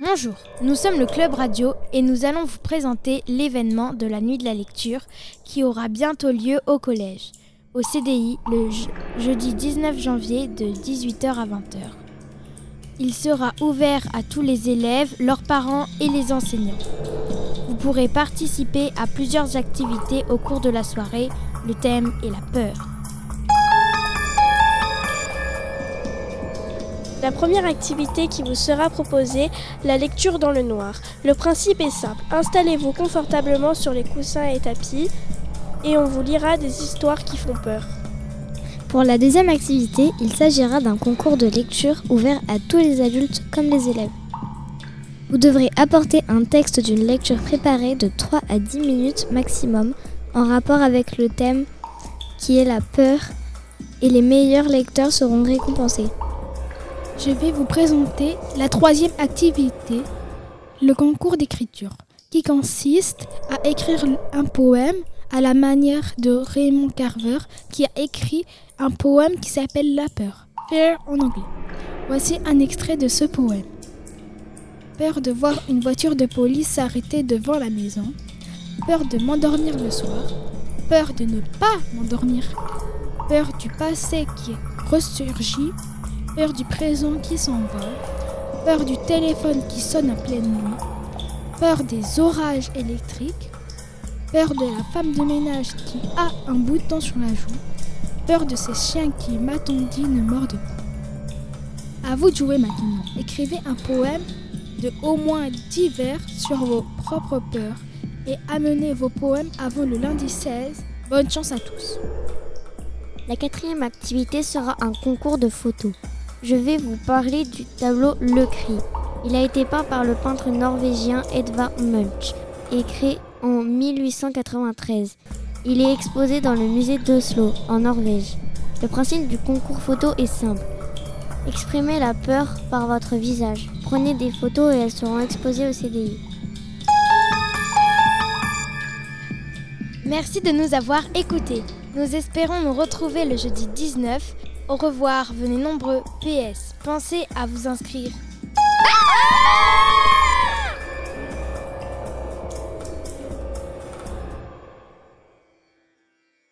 Bonjour, nous sommes le Club Radio et nous allons vous présenter l'événement de la Nuit de la Lecture qui aura bientôt lieu au collège, au CDI, le jeudi 19 janvier de 18h à 20h. Il sera ouvert à tous les élèves, leurs parents et les enseignants. Vous pourrez participer à plusieurs activités au cours de la soirée. Le thème est la peur. La première activité qui vous sera proposée, la lecture dans le noir. Le principe est simple, installez-vous confortablement sur les coussins et tapis et on vous lira des histoires qui font peur. Pour la deuxième activité, il s'agira d'un concours de lecture ouvert à tous les adultes comme les élèves. Vous devrez apporter un texte d'une lecture préparée de 3 à 10 minutes maximum en rapport avec le thème qui est la peur et les meilleurs lecteurs seront récompensés. Je vais vous présenter la troisième activité, le concours d'écriture, qui consiste à écrire un poème à la manière de Raymond Carver, qui a écrit un poème qui s'appelle La peur, Fear en anglais. Voici un extrait de ce poème. Peur de voir une voiture de police s'arrêter devant la maison, peur de m'endormir le soir, peur de ne pas m'endormir, peur du passé qui ressurgit, peur du présent qui s'envole, peur du téléphone qui sonne en pleine nuit, peur des orages électriques, peur de la femme de ménage qui a un bouton sur la joue, peur de ces chiens qui, m'a-t-on dit, ne mordent pas. À vous de jouer maintenant. Écrivez un poème de au moins 10 vers sur vos propres peurs et amenez vos poèmes avant le lundi 16. Bonne chance à tous. La quatrième activité sera un concours de photos. Je vais vous parler du tableau Le Cri. Il a été peint par le peintre norvégien Edvard Munch et créé en 1893. Il est exposé dans le musée d'Oslo, en Norvège. Le principe du concours photo est simple. Exprimez la peur par votre visage. Prenez des photos et elles seront exposées au CDI. Merci de nous avoir écoutés. Nous espérons nous retrouver le jeudi 19. Au revoir, venez nombreux. PS, pensez à vous inscrire.